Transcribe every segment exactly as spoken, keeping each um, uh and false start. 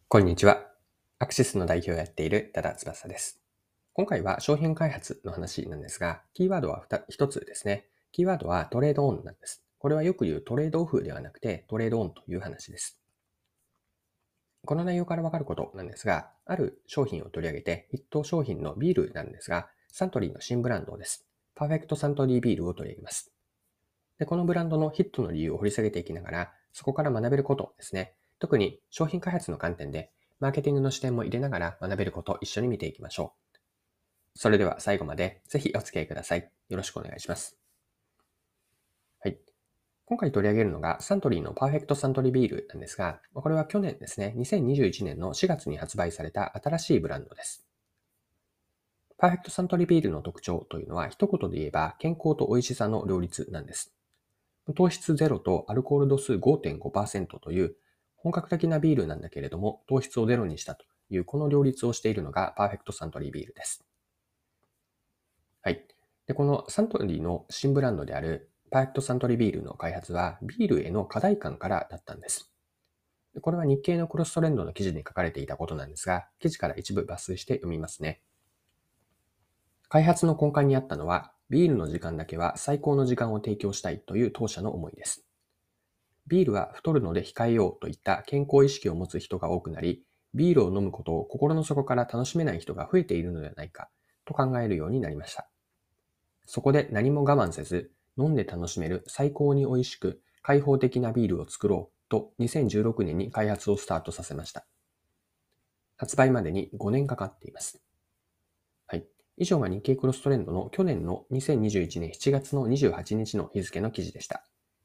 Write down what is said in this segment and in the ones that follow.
こんにちは。アクシスの代表をやっている多田翼です。今回は商品開発の話なんですが、キーワードは一つですね。キーワードはトレードオンなんです。これはよく言うトレードオフではなくてトレードオンという話です。この内容からわかることなんですが、ある商品を取り上げてヒット商品のビールなんですが、サントリーの新ブランドです。パーフェクトサントリービールを取り上げます。で、このブランドのヒットの理由を掘り下げていきながら、そこから学べることですね。特に商品開発の観点で、マーケティングの視点も入れながら学べることを一緒に見ていきましょう。それでは最後までぜひお付き合いください。よろしくお願いします。はい。今回取り上げるのがサントリーのパーフェクトサントリービールなんですが、これは去年ですね、にせんにじゅういちねんのしがつに発売された新しいブランドです。パーフェクトサントリービールの特徴というのは一言で言えば健康と美味しさの両立なんです。糖質ゼロとアルコール度数 ごてんごパーセント という本格的なビールなんだけれども、糖質をゼロにしたというこの両立をしているのがパーフェクトサントリービールです。はい。で、このサントリーの新ブランドであるパーフェクトサントリービールの開発はビールへの課題感からだったんです。これは日経のクロストレンドの記事に書かれていたことなんですが、記事から一部抜粋して読みますね。開発の根幹にあったのは、ビールの時間だけは最高の時間を提供したいという当社の思いです。ビールは太るので控えようといった健康意識を持つ人が多くなり、ビールを飲むことを心の底から楽しめない人が増えているのではないかと考えるようになりました。そこで何も我慢せず、飲んで楽しめる最高に美味しく開放的なビールを作ろうとにせんじゅうろくねんに開発をスタートさせました。発売までにごねんかかっています。はい。以上が日経クロストレンドの去年のにせんにじゅういちねんしちがつのにじゅうはちにちの日付の記事でした。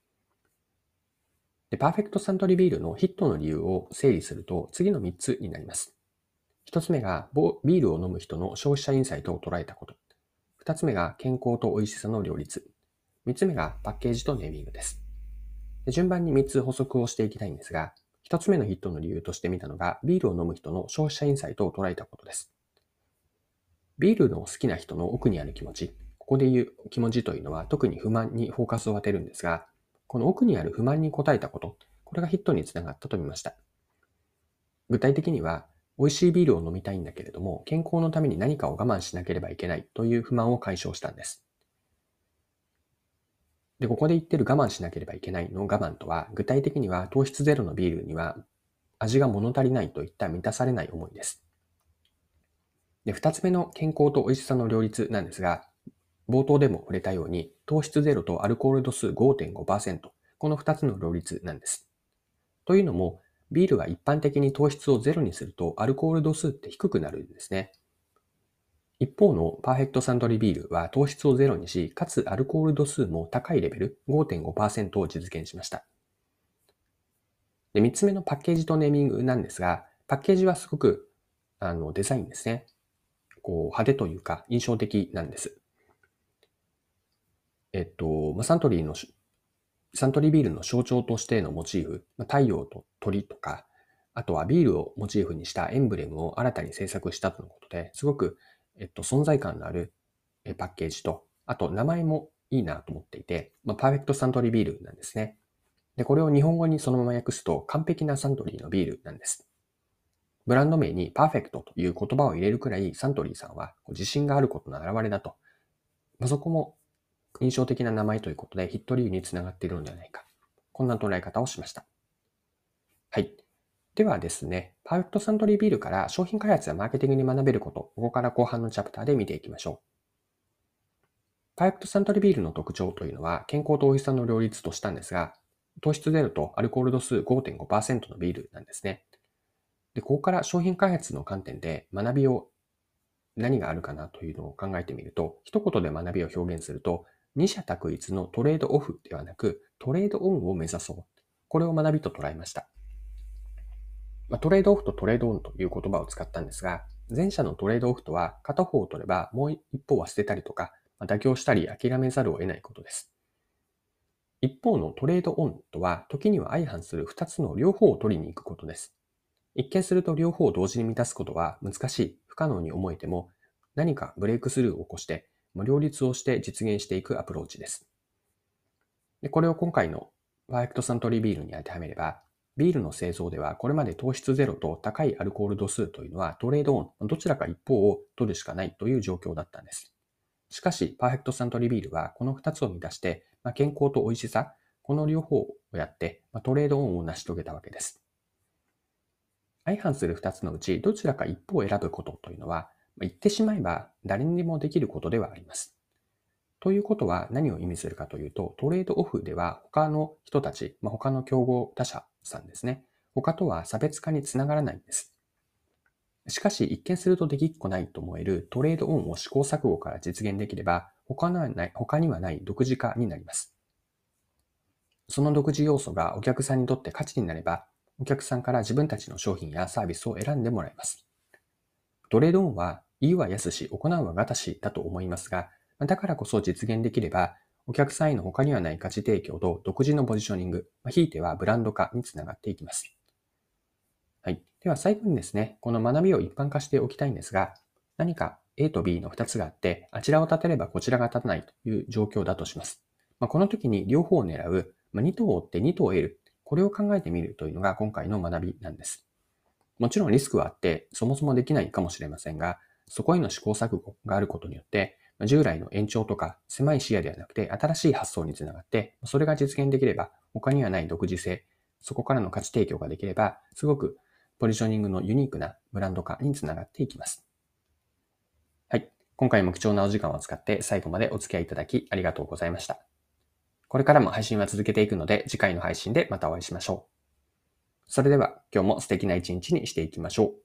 で、パーフェクトサントリービールのヒットの理由を整理すると次のみっつになります。ひとつめがビールを飲む人の消費者インサイトを捉えたこと。ふたつめが健康と美味しさの両立。みっつめがパッケージとネーミングです。で、順番にみっつ補足をしていきたいんですが、ひとつめのヒットの理由として見たのがビールを飲む人の消費者インサイトを捉えたことです。ビールの好きな人の奥にある気持ち、ここで言う気持ちというのは特に不満にフォーカスを当てるんですが、この奥にある不満に応えたこと、これがヒットにつながったと見ました。具体的には、美味しいビールを飲みたいんだけれども、健康のために何かを我慢しなければいけないという不満を解消したんです。で、ここで言ってる我慢しなければいけないの我慢とは、具体的には糖質ゼロのビールには味が物足りないといった満たされない思いです。で、二つ目の健康と美味しさの両立なんですが、冒頭でも触れたように、糖質ゼロとアルコール度数 ごてんごパーセント、この二つの両立なんです。というのも、ビールは一般的に糖質をゼロにするとアルコール度数って低くなるんですね。一方のパーフェクトサントリービールは糖質をゼロにし、かつアルコール度数も高いレベル ごてんごパーセント を実現しました。で、三つ目のパッケージとネーミングなんですが、パッケージはすごくあのデザインですね。こう派手というか印象的なんです。えっと、サントリーのサントリービールの象徴としてのモチーフ、太陽と鳥とか、あとはビールをモチーフにしたエンブレムを新たに制作したとのことで、すごく、えっと、存在感のあるパッケージと、あと名前もいいなと思っていて、まあ、パーフェクトサントリービールなんですね。で、これを日本語にそのまま訳すと、完璧なサントリーのビールなんです。ブランド名にパーフェクトという言葉を入れるくらいサントリーさんは自信があることの表れだと。まあ、そこも印象的な名前ということでヒット理由につながっているのではないか。こんな捉え方をしました。はい。ではですね、パーフェクトサントリービールから商品開発やマーケティングに学べること、ここから後半のチャプターで見ていきましょう。パーフェクトサントリービールの特徴というのは健康と美味しさの両立としたんですが、糖質ゼロとアルコール度数 ごてんごパーセント のビールなんですね。で、ここから商品開発の観点で学びを何があるかなというのを考えてみると、一言で学びを表現すると、二者択一のトレードオフではなく、トレードオンを目指そう。これを学びと捉えました。まあ、トレードオフとトレードオンという言葉を使ったんですが、前者のトレードオフとは片方を取ればもう一方は捨てたりとか、妥協したり諦めざるを得ないことです。一方のトレードオンとは時には相反する二つの両方を取りに行くことです。一見すると両方を同時に満たすことは難しい、不可能に思えても、何かブレイクスルーを起こして、両立をして実現していくアプローチです。で、これを今回のパーフェクトサントリービールに当てはめれば、 ビールの製造ではこれまで糖質ゼロと高いアルコール度数というのはトレードオン、どちらか一方を取るしかないという状況だったんです。しかし、パーフェクトサントリービールはこのふたつを満たして、まあ、健康と美味しさ、この両方をやって、まあ、トレードオンを成し遂げたわけです。相反するふたつのうちどちらか一方を選ぶことというのは、言ってしまえば誰にでもできることではあります。ということは何を意味するかというと、トレードオフでは他の人たち、まあ、他の競合他社さんですね。他とは差別化につながらないんです。しかし、一見するとできっこないと思えるトレードオンを試行錯誤から実現できれば、他にはない、他にはない独自化になります。その独自要素がお客さんにとって価値になれば、お客さんから自分たちの商品やサービスを選んでもらいます。トレードオンは言うは易し、行うは難しだと思いますが、だからこそ実現できれば、お客さんへの他にはない価値提供と独自のポジショニング、ひいてはブランド化につながっていきます。はい。では最後にですね、この学びを一般化しておきたいんですが、何か A と B のふたつがあって、あちらを立てればこちらが立たないという状況だとします。まあ、この時に両方を狙う、まあ、に頭を追ってに頭を得る、これを考えてみるというのが今回の学びなんです。もちろんリスクはあって、そもそもできないかもしれませんが、そこへの試行錯誤があることによって、従来の延長とか狭い視野ではなくて新しい発想につながって、それが実現できれば他にはない独自性、そこからの価値提供ができれば、すごくポジショニングのユニークなブランド化につながっていきます。はい。今回も貴重なお時間を使って最後までお付き合いいただきありがとうございました。これからも配信は続けていくので、次回の配信でまたお会いしましょう。それでは今日も素敵な一日にしていきましょう。